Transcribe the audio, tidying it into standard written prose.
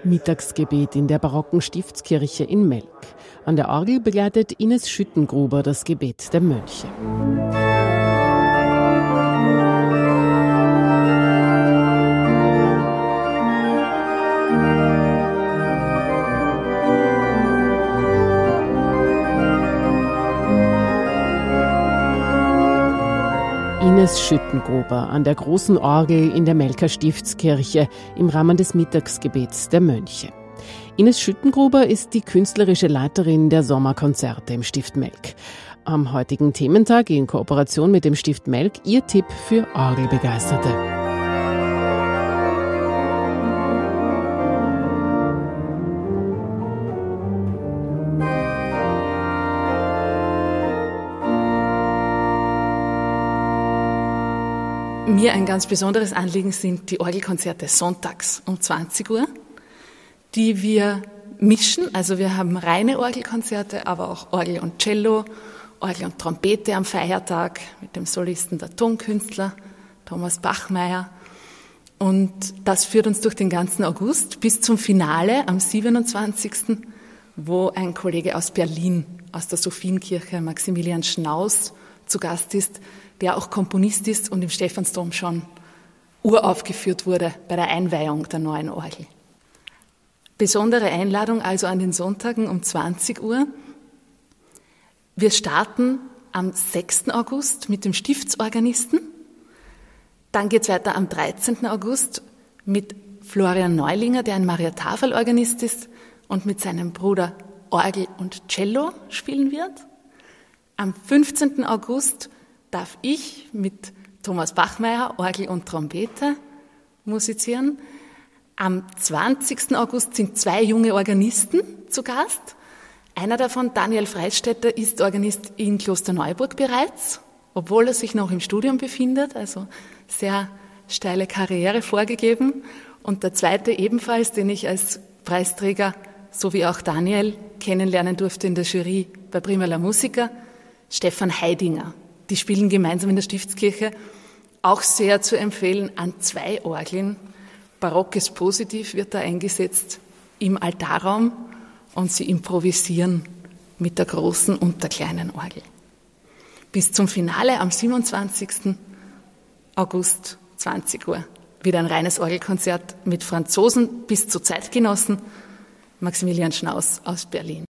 Mittagsgebet in der barocken Stiftskirche in Melk. An der Orgel begleitet Ines Schüttengruber das Gebet der Mönche. Ines Schüttengruber an der großen Orgel in der Melker Stiftskirche im Rahmen des Mittagsgebets der Mönche. Ines Schüttengruber ist die künstlerische Leiterin der Sommerkonzerte im Stift Melk. Am heutigen Thementag in Kooperation mit dem Stift Melk ihr Tipp für Orgelbegeisterte. Mir ein ganz besonderes Anliegen sind die Orgelkonzerte sonntags um 20 Uhr, die wir mischen. Also wir haben reine Orgelkonzerte, aber auch Orgel und Cello, Orgel und Trompete am Feiertag mit dem Solisten, der Tonkünstler Thomas Bachmeier. Und das führt uns durch den ganzen August bis zum Finale am 27., wo ein Kollege aus Berlin, aus der Sophienkirche, Maximilian Schnaus, zu Gast ist, der auch Komponist ist und im Stephansdom schon uraufgeführt wurde bei der Einweihung der neuen Orgel. Besondere Einladung also an den Sonntagen um 20 Uhr. Wir starten am 6. August mit dem Stiftsorganisten. Dann geht es weiter am 13. August mit Florian Neulinger, der ein Maria-Tafel-Organist ist und mit seinem Bruder Orgel und Cello spielen wird. Am 15. August darf ich mit Thomas Bachmeier Orgel und Trompete musizieren. Am 20. August sind 2 junge Organisten zu Gast. Einer davon, Daniel Freistetter, ist Organist in Klosterneuburg bereits, obwohl er sich noch im Studium befindet, also sehr steile Karriere vorgegeben. Und der zweite ebenfalls, den ich als Preisträger, so wie auch Daniel, kennenlernen durfte in der Jury bei Prima la Musica, Stefan Heidinger. Die spielen gemeinsam in der Stiftskirche, auch sehr zu empfehlen, an 2 Orgeln. Barockes Positiv wird da eingesetzt im Altarraum und sie improvisieren mit der großen und der kleinen Orgel. Bis zum Finale am 27. August, 20 Uhr, wieder ein reines Orgelkonzert mit Franzosen bis zu Zeitgenossen, Maximilian Schnaus aus Berlin.